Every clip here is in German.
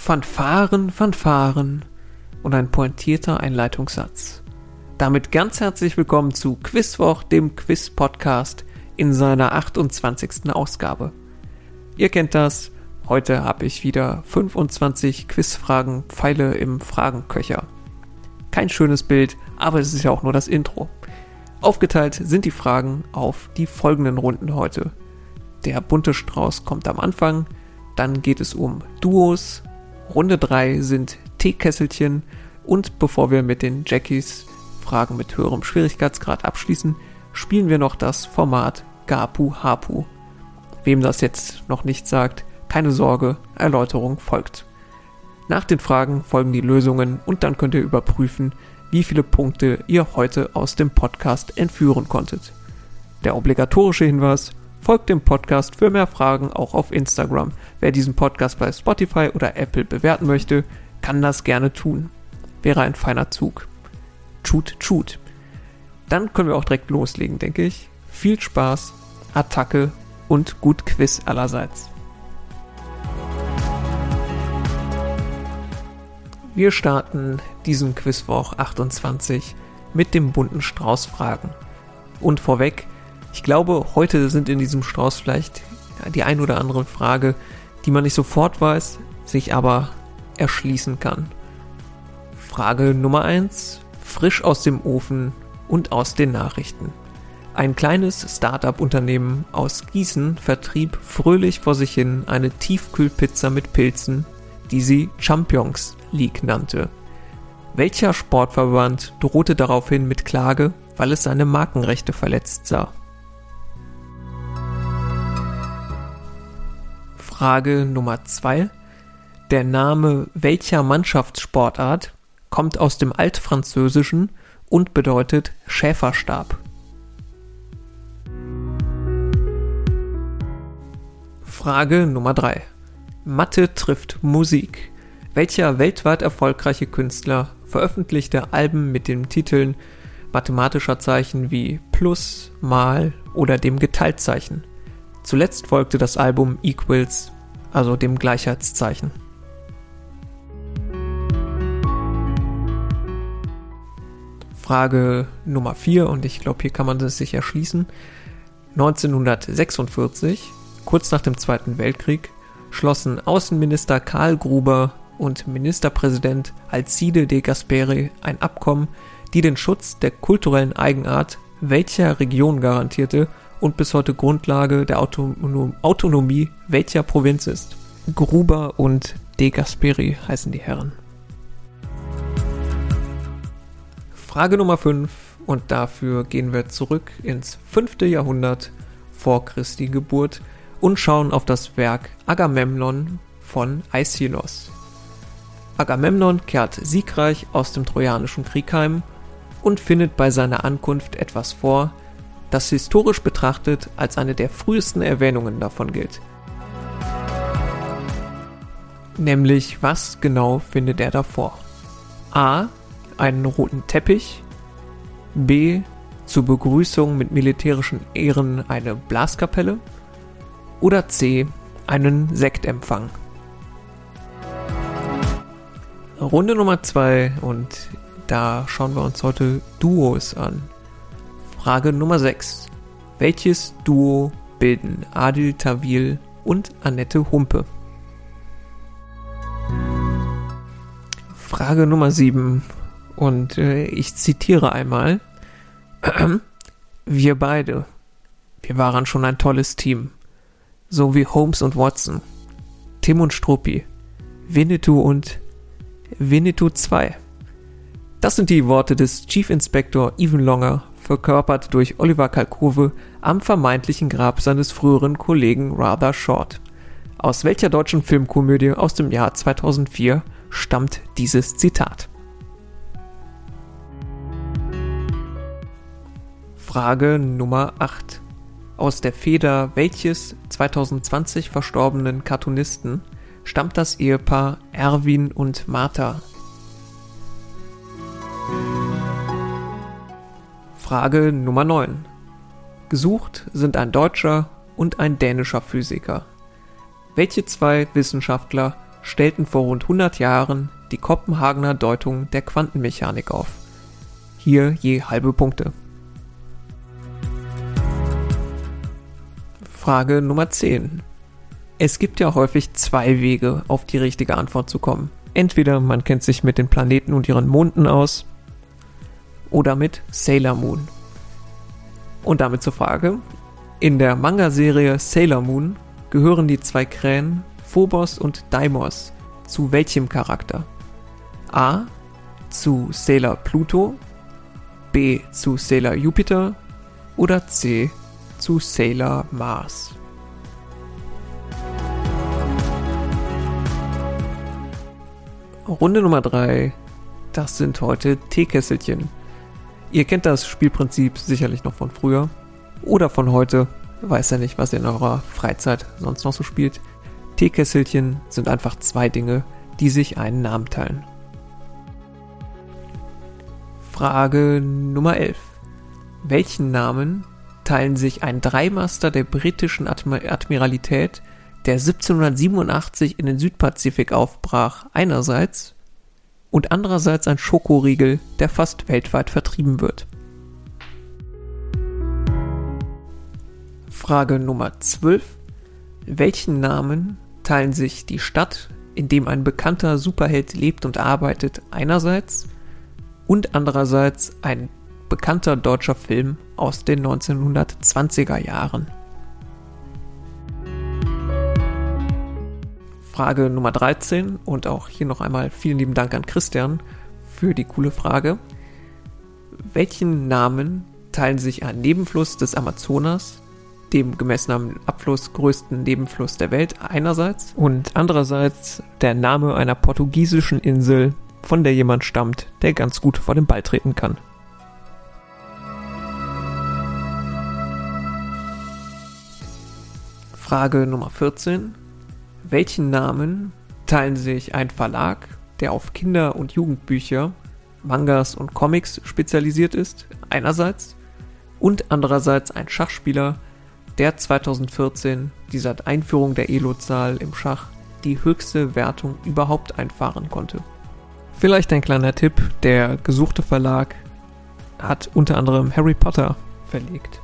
Fanfaren, Fanfaren und ein pointierter Einleitungssatz. Damit ganz herzlich willkommen zu Quizwoch, dem Quiz-Podcast in seiner 28. Ausgabe. Ihr kennt das, heute habe ich wieder 25 Quizfragen, Pfeile im Fragenköcher. Kein schönes Bild, aber es ist ja auch nur das Intro. Aufgeteilt sind die Fragen auf die folgenden Runden heute. Der bunte Strauß kommt am Anfang, dann geht es um Duos, Runde 3 sind Teekesselchen und bevor wir mit den Jackies Fragen mit höherem Schwierigkeitsgrad abschließen, spielen wir noch das Format Gapu Hapu. Wem das jetzt noch nicht sagt, keine Sorge, Erläuterung folgt. Nach den Fragen folgen die Lösungen und dann könnt ihr überprüfen, wie viele Punkte ihr heute aus dem Podcast entführen konntet. Der obligatorische Hinweis: Folgt dem Podcast für mehr Fragen auch auf Instagram. Wer diesen Podcast bei Spotify oder Apple bewerten möchte, kann das gerne tun. Wäre ein feiner Zug. Tschut. Dann können wir auch direkt loslegen, denke ich. Viel Spaß, Attacke und gut Quiz allerseits. Wir starten diesen Quizwoch 28 mit dem bunten Strauß Fragen. Und vorweg, ich glaube, heute sind in diesem Strauß vielleicht die ein oder andere Frage, die man nicht sofort weiß, sich aber erschließen kann. Frage Nummer 1, frisch aus dem Ofen und aus den Nachrichten. Ein kleines Start-up-Unternehmen aus Gießen vertrieb fröhlich vor sich hin eine Tiefkühlpizza mit Pilzen, die sie Champions League nannte. Welcher Sportverband drohte daraufhin mit Klage, weil es seine Markenrechte verletzt sah? Frage Nummer 2. Der Name welcher Mannschaftssportart kommt aus dem Altfranzösischen und bedeutet Schäferstab? Frage Nummer 3. Mathe trifft Musik. Welcher weltweit erfolgreiche Künstler veröffentlichte Alben mit den Titeln mathematischer Zeichen wie Plus, Mal oder dem Geteiltzeichen? Zuletzt folgte das Album Equals, also dem Gleichheitszeichen. Frage Nummer 4, und ich glaube, hier kann man das sich erschließen. 1946, kurz nach dem Zweiten Weltkrieg, schlossen Außenminister Karl Gruber und Ministerpräsident Alcide de Gasperi ein Abkommen, die den Schutz der kulturellen Eigenart welcher Region garantierte und bis heute Grundlage der Autonomie welcher Provinz ist. Gruber und de Gasperi heißen die Herren. Frage Nummer 5, und dafür gehen wir zurück ins 5. Jahrhundert vor Christi Geburt und schauen auf das Werk Agamemnon von Aeschylus. Agamemnon kehrt siegreich aus dem Trojanischen Krieg heim und findet bei seiner Ankunft etwas vor, das historisch betrachtet als eine der frühesten Erwähnungen davon gilt. Nämlich, was genau findet er davor? A. Einen roten Teppich. B. Zur Begrüßung mit militärischen Ehren eine Blaskapelle. Oder C. Einen Sektempfang. Runde Nummer 2, und da schauen wir uns heute Duos an. Frage Nummer 6. Welches Duo bilden Adil Tawil und Annette Humpe? Frage Nummer 7. Und ich zitiere einmal. Wir beide, wir waren schon ein tolles Team. So wie Holmes und Watson, Tim und Struppi, Winnetou und Winnetou 2. Das sind die Worte des Chief Inspector Even Longer, verkörpert durch Oliver Kalkofe am vermeintlichen Grab seines früheren Kollegen Rather Short. Aus welcher deutschen Filmkomödie aus dem Jahr 2004 stammt dieses Zitat? Frage Nummer 8. Aus der Feder welches 2020 verstorbenen Cartoonisten stammt das Ehepaar Erwin und Martha? Frage Nummer 9. Gesucht sind ein deutscher und ein dänischer Physiker. Welche zwei Wissenschaftler stellten vor rund 100 Jahren die Kopenhagener Deutung der Quantenmechanik auf. Hier je halbe Punkte. Frage Nummer 10. Es gibt ja häufig zwei Wege, auf die richtige Antwort zu kommen. Entweder man kennt sich mit den Planeten und ihren Monden aus oder mit Sailor Moon. Und damit zur Frage. In der Manga-Serie Sailor Moon gehören die zwei Krähen Phobos und Deimos zu welchem Charakter? A. Zu Sailor Pluto, B. Zu Sailor Jupiter oder C. zu Sailor Mars? Runde Nummer 3. Das sind heute Teekesselchen. Ihr kennt das Spielprinzip sicherlich noch von früher oder von heute. Weiß ja nicht, was ihr in eurer Freizeit sonst noch so spielt. Teekesselchen sind einfach zwei Dinge, die sich einen Namen teilen. Frage Nummer 11. Welchen Namen teilen sich ein Dreimaster der britischen Admiralität, der 1787 in den Südpazifik aufbrach, einerseits und andererseits ein Schokoriegel, der fast weltweit vertrieben wird? Frage Nummer 12. Welchen Namen teilen sich die Stadt, in dem ein bekannter Superheld lebt und arbeitet, einerseits und andererseits ein bekannter deutscher Film aus den 1920er Jahren? Frage Nummer 13 und auch hier noch einmal vielen lieben Dank an Christian für die coole Frage. Welchen Namen teilen sich ein Nebenfluss des Amazonas, dem gemessen am Abfluss größten Nebenfluss der Welt, einerseits und andererseits der Name einer portugiesischen Insel, von der jemand stammt, der ganz gut vor den Ball treten kann? Frage Nummer 14. Welchen Namen teilen sich ein Verlag, der auf Kinder- und Jugendbücher, Mangas und Comics spezialisiert ist, einerseits, und andererseits ein Schachspieler, der 2014 die seit Einführung der Elo-Zahl im Schach die höchste Wertung überhaupt einfahren konnte? Vielleicht ein kleiner Tipp, der gesuchte Verlag hat unter anderem Harry Potter verlegt.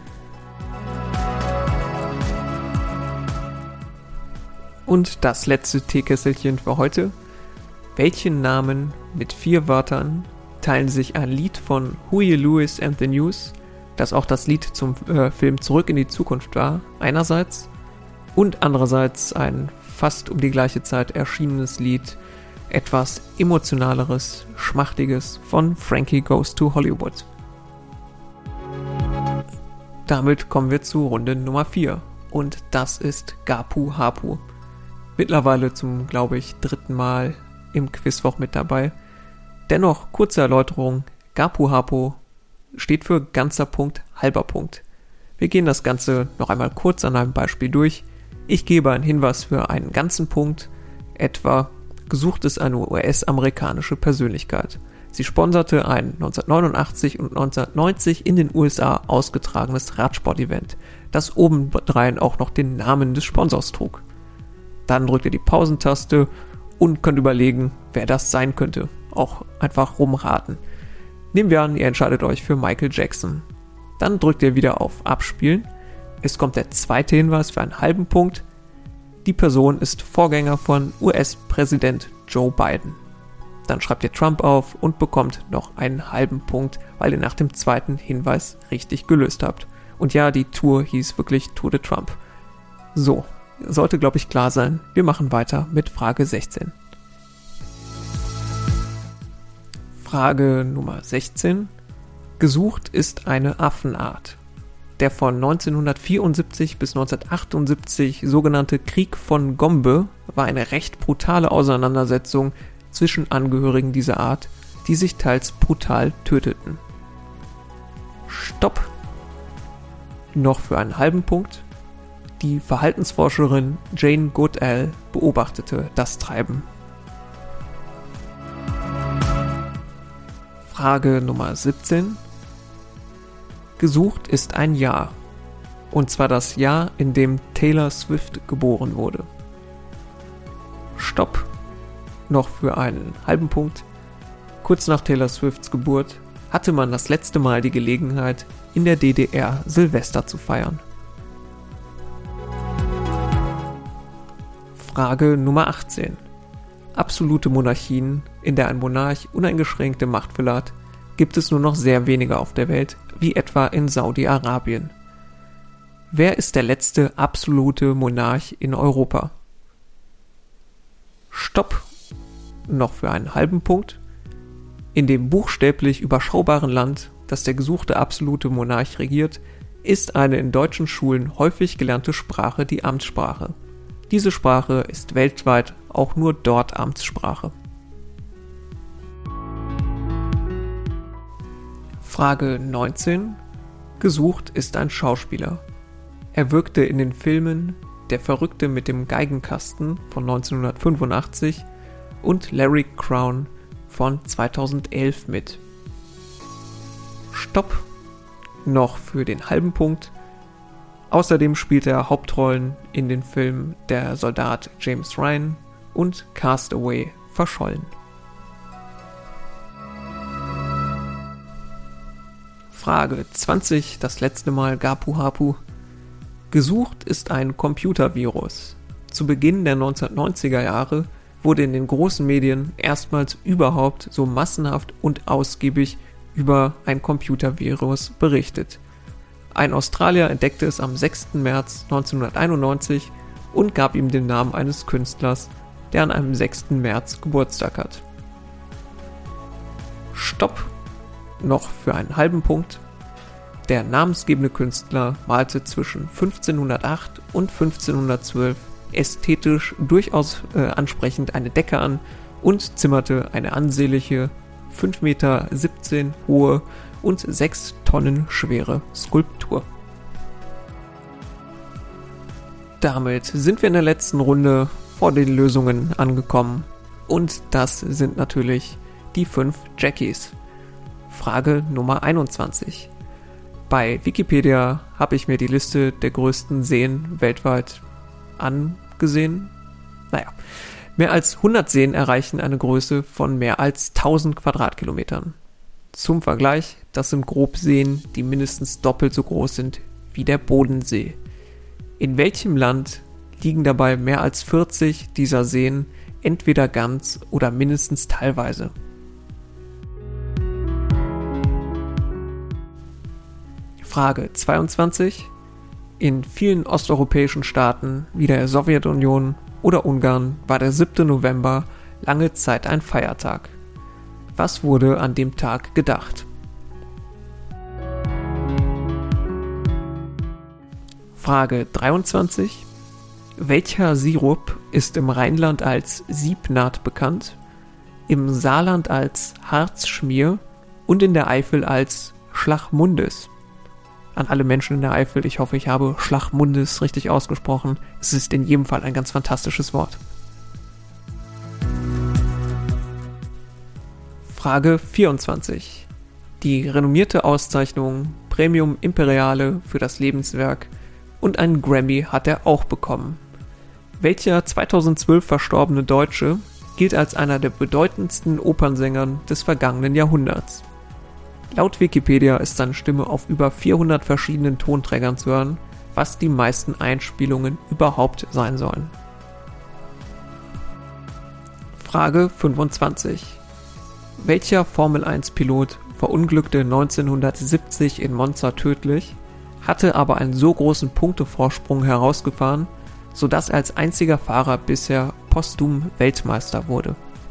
Und das letzte Teekesselchen für heute. Welchen Namen mit 4 Wörtern teilen sich ein Lied von Huey Lewis and the News, das auch das Lied zum Film Zurück in die Zukunft war, einerseits, und andererseits ein fast um die gleiche Zeit erschienenes Lied, etwas emotionaleres, schmachtiges von Frankie Goes to Hollywood. Damit kommen wir zu Runde Nummer 4 und das ist Gapu Hapu. Mittlerweile zum, glaube ich, 3. Mal im Quizwoch mit dabei. Dennoch, kurze Erläuterung, Gapu Hapu steht für ganzer Punkt, halber Punkt. Wir gehen das Ganze noch einmal kurz an einem Beispiel durch. Ich gebe einen Hinweis für einen ganzen Punkt, etwa gesucht ist eine US-amerikanische Persönlichkeit. Sie sponserte ein 1989 und 1990 in den USA ausgetragenes Radsport-Event, das obendrein auch noch den Namen des Sponsors trug. Dann drückt ihr die Pausentaste und könnt überlegen, wer das sein könnte. Auch einfach rumraten. Nehmen wir an, ihr entscheidet euch für Michael Jackson. Dann drückt ihr wieder auf Abspielen. Es kommt der zweite Hinweis für einen halben Punkt. Die Person ist Vorgänger von US-Präsident Joe Biden. Dann schreibt ihr Trump auf und bekommt noch einen halben Punkt, weil ihr nach dem zweiten Hinweis richtig gelöst habt. Und ja, die Tour hieß wirklich Tour de Trump. So, sollte glaube ich klar sein. Wir machen weiter mit Frage 16. Frage Nummer 16. Gesucht ist eine Affenart. Der von 1974 bis 1978 sogenannte Krieg von Gombe war eine recht brutale Auseinandersetzung zwischen Angehörigen dieser Art, die sich teils brutal töteten. Stopp! Noch für einen halben Punkt. Die Verhaltensforscherin Jane Goodall beobachtete das Treiben. Frage Nummer 17. Gesucht ist ein Jahr. Und zwar das Jahr, in dem Taylor Swift geboren wurde. Stopp. Noch für einen halben Punkt. Kurz nach Taylor Swifts Geburt hatte man das letzte Mal die Gelegenheit, in der DDR Silvester zu feiern. Frage Nummer 18. Absolute Monarchien, in der ein Monarch uneingeschränkte Machtfülle hat, gibt es nur noch sehr wenige auf der Welt, wie etwa in Saudi-Arabien. Wer ist der letzte absolute Monarch in Europa? Stopp. Noch für einen halben Punkt. In dem buchstäblich überschaubaren Land, das der gesuchte absolute Monarch regiert, ist eine in deutschen Schulen häufig gelernte Sprache die Amtssprache. Diese Sprache ist weltweit auch nur dort Amtssprache. Frage 19. Gesucht ist ein Schauspieler. Er wirkte in den Filmen Der Verrückte mit dem Geigenkasten von 1985 und Larry Crowne von 2011 mit. Stopp. Noch für den halben Punkt. Außerdem spielte er Hauptrollen in den Filmen Der Soldat James Ryan und Castaway verschollen. Frage 20, das letzte Mal Gapu Hapu. Gesucht ist ein Computervirus. Zu Beginn der 1990er Jahre wurde in den großen Medien erstmals überhaupt so massenhaft und ausgiebig über ein Computervirus berichtet. Ein Australier entdeckte es am 6. März 1991 und gab ihm den Namen eines Künstlers, der an einem 6. März Geburtstag hat. Stopp. Noch für einen halben Punkt. Der namensgebende Künstler malte zwischen 1508 und 1512 ästhetisch durchaus ansprechend eine Decke an und zimmerte eine ansehnliche 5,17 Meter hohe und 6 Tonnen schwere Skulptur. Damit sind wir in der letzten Runde vor den Lösungen angekommen und das sind natürlich die 5 Jackies. Frage Nummer 21. Bei Wikipedia habe ich mir die Liste der größten Seen weltweit angesehen. Mehr als 100 Seen erreichen eine Größe von mehr als 1000 Quadratkilometern. Zum Vergleich, das sind grob Seen, die mindestens doppelt so groß sind wie der Bodensee. In welchem Land liegen dabei mehr als 40 dieser Seen entweder ganz oder mindestens teilweise? Frage 22. In vielen osteuropäischen Staaten wie der Sowjetunion oder Ungarn war der 7. November lange Zeit ein Feiertag. Was wurde an dem Tag gedacht? Frage 23. Welcher Sirup ist im Rheinland als Siebnaht bekannt, im Saarland als Harzschmier und in der Eifel als Schlachmundes? An alle Menschen in der Eifel, ich hoffe, ich habe Schlachmundes richtig ausgesprochen. Es ist in jedem Fall ein ganz fantastisches Wort. Frage 24. Die renommierte Auszeichnung Premium Imperiale für das Lebenswerk und einen Grammy hat er auch bekommen. Welcher 2012 verstorbene Deutsche gilt als einer der bedeutendsten Opernsängern des vergangenen Jahrhunderts? Laut Wikipedia ist seine Stimme auf über 400 verschiedenen Tonträgern zu hören, was die meisten Einspielungen überhaupt sein sollen. Frage 25. Welcher Formel-1-Pilot verunglückte 1970 in Monza tödlich, hatte aber einen so großen Punktevorsprung herausgefahren, sodass er als einziger Fahrer bisher posthum Weltmeister wurde?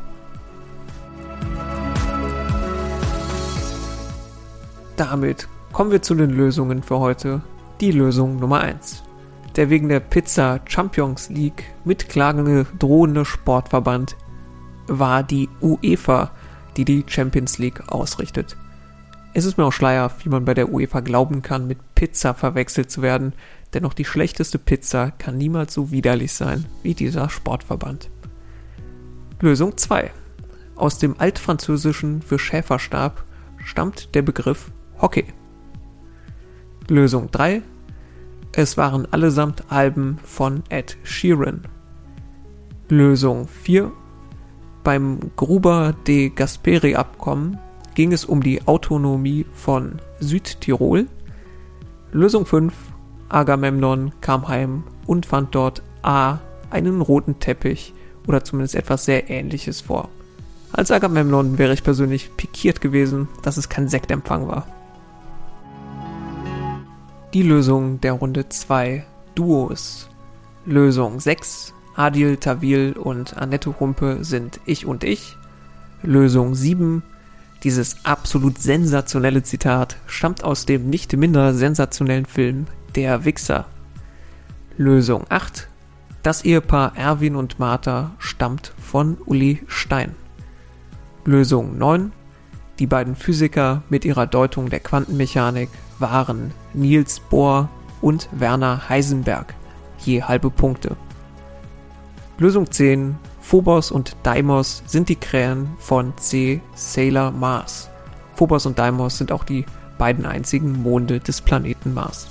Damit kommen wir zu den Lösungen für heute. Die Lösung Nummer 1. Der wegen der Pizza Champions League mitklagende drohende Sportverband war die UEFA, die die Champions League ausrichtet. Es ist mir auch schleierhaft, wie man bei der UEFA glauben kann, mit Pizza verwechselt zu werden, denn auch die schlechteste Pizza kann niemals so widerlich sein wie dieser Sportverband. Lösung 2. Aus dem Altfranzösischen für Schäferstab stammt der Begriff Hockey. Lösung 3. Es waren allesamt Alben von Ed Sheeran. Lösung 4. Beim Gruber-de Gasperi-Abkommen ging es um die Autonomie von Südtirol. Lösung 5. Agamemnon kam heim und fand dort A. einen roten Teppich oder zumindest etwas sehr Ähnliches vor. Als Agamemnon wäre ich persönlich pikiert gewesen, dass es kein Sektempfang war. Die Lösung der Runde 2. Duos. Lösung 6. Adil Tawil und Annette Humpe sind Ich und Ich. Lösung 7. Dieses absolut sensationelle Zitat stammt aus dem nicht minder sensationellen Film Der Wichser. Lösung 8. Das Ehepaar Erwin und Martha stammt von Uli Stein. Lösung 9. Die beiden Physiker mit ihrer Deutung der Quantenmechanik waren Niels Bohr und Werner Heisenberg. Je halbe Punkte. Lösung 10. Phobos und Deimos sind die Krähen von C. Sailor Mars. Phobos und Deimos sind auch die beiden einzigen Monde des Planeten Mars.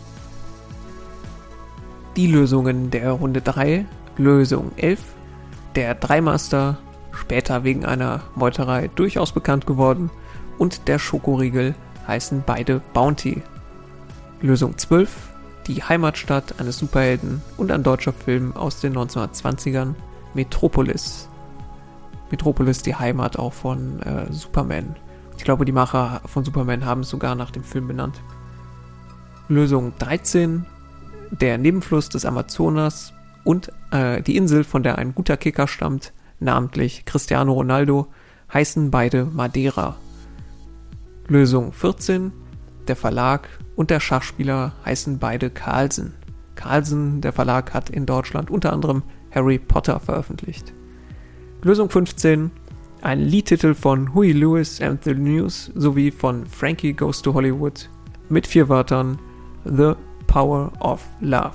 Die Lösungen der Runde 3. Lösung 11. Der Dreimaster, später wegen einer Meuterei durchaus bekannt geworden, und der Schokoriegel heißen beide Bounty. Lösung 12. Die Heimatstadt eines Superhelden und ein deutscher Film aus den 1920ern, Metropolis. Metropolis, die Heimat auch von Superman. Ich glaube, die Macher von Superman haben es sogar nach dem Film benannt. Lösung 13. Der Nebenfluss des Amazonas und die Insel, von der ein guter Kicker stammt, namentlich Cristiano Ronaldo, heißen beide Madeira. Lösung 14. Der Verlag und der Schachspieler heißen beide Carlsen. Carlsen, der Verlag, hat in Deutschland unter anderem Harry Potter veröffentlicht. Lösung 15. Ein Liedtitel von Huey Lewis and the News sowie von Frankie Goes to Hollywood mit 4 Wörtern: The Power of Love.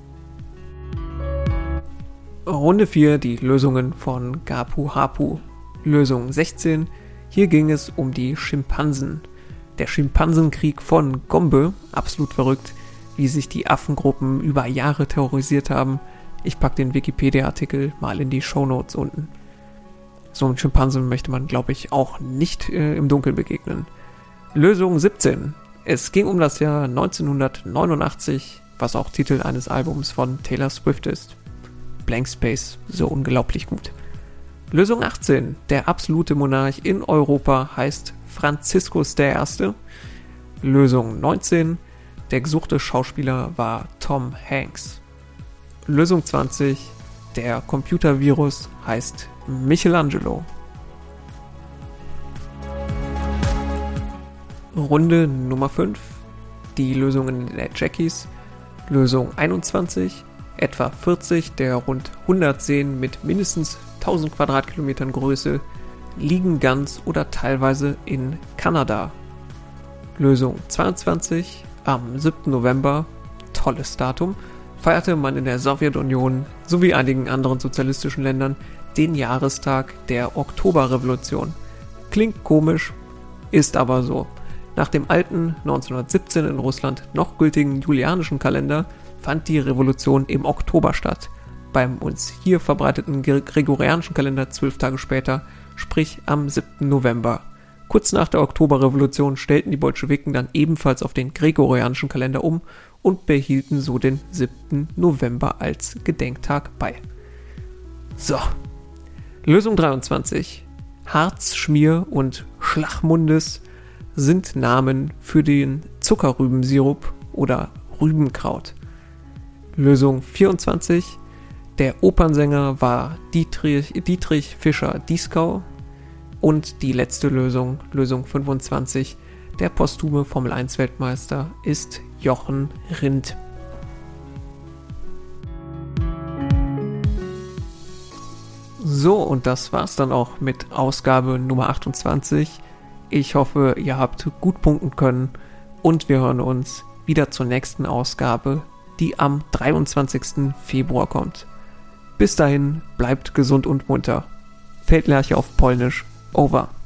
Runde 4, die Lösungen von Gapu Hapu. Lösung 16. Hier ging es um die Schimpansen. Der Schimpansenkrieg von Gombe, absolut verrückt, wie sich die Affengruppen über Jahre terrorisiert haben. Ich packe den Wikipedia-Artikel mal in die Shownotes unten. So einem Schimpansen möchte man, glaube ich, auch nicht im Dunkeln begegnen. Lösung 17. Es ging um das Jahr 1989, was auch Titel eines Albums von Taylor Swift ist. Blank Space, so unglaublich gut. Lösung 18. Der absolute Monarch in Europa heißt Franziskus I. Lösung 19. Der gesuchte Schauspieler war Tom Hanks. Lösung 20. Der Computervirus heißt Michelangelo. Runde Nummer 5. Die Lösungen der Jackies. Lösung 21. Etwa 40 der rund 100 Seen mit mindestens 1000 Quadratkilometern Größe liegen ganz oder teilweise in Kanada. Lösung 22. Am 7. November, tolles Datum, feierte man in der Sowjetunion sowie einigen anderen sozialistischen Ländern den Jahrestag der Oktoberrevolution. Klingt komisch, ist aber so. Nach dem alten 1917 in Russland noch gültigen julianischen Kalender fand die Revolution im Oktober statt. Beim uns hier verbreiteten gregorianischen Kalender 12 Tage später, sprich am 7. November. Kurz nach der Oktoberrevolution stellten die Bolschewiken dann ebenfalls auf den gregorianischen Kalender um und behielten so den 7. November als Gedenktag bei. So, Lösung 23. Harz, Schmier und Schlachmundes sind Namen für den Zuckerrübensirup oder Rübenkraut. Lösung 24. Der Opernsänger war Dietrich Fischer-Dieskau. Und die letzte Lösung, Lösung 25. Der posthume Formel-1-Weltmeister ist Jochen Rindt. So, und das war's dann auch mit Ausgabe Nummer 28. Ich hoffe, ihr habt gut punkten können und wir hören uns wieder zur nächsten Ausgabe, die am 23. Februar kommt. Bis dahin, bleibt gesund und munter. Feldlerche auf Polnisch. Over.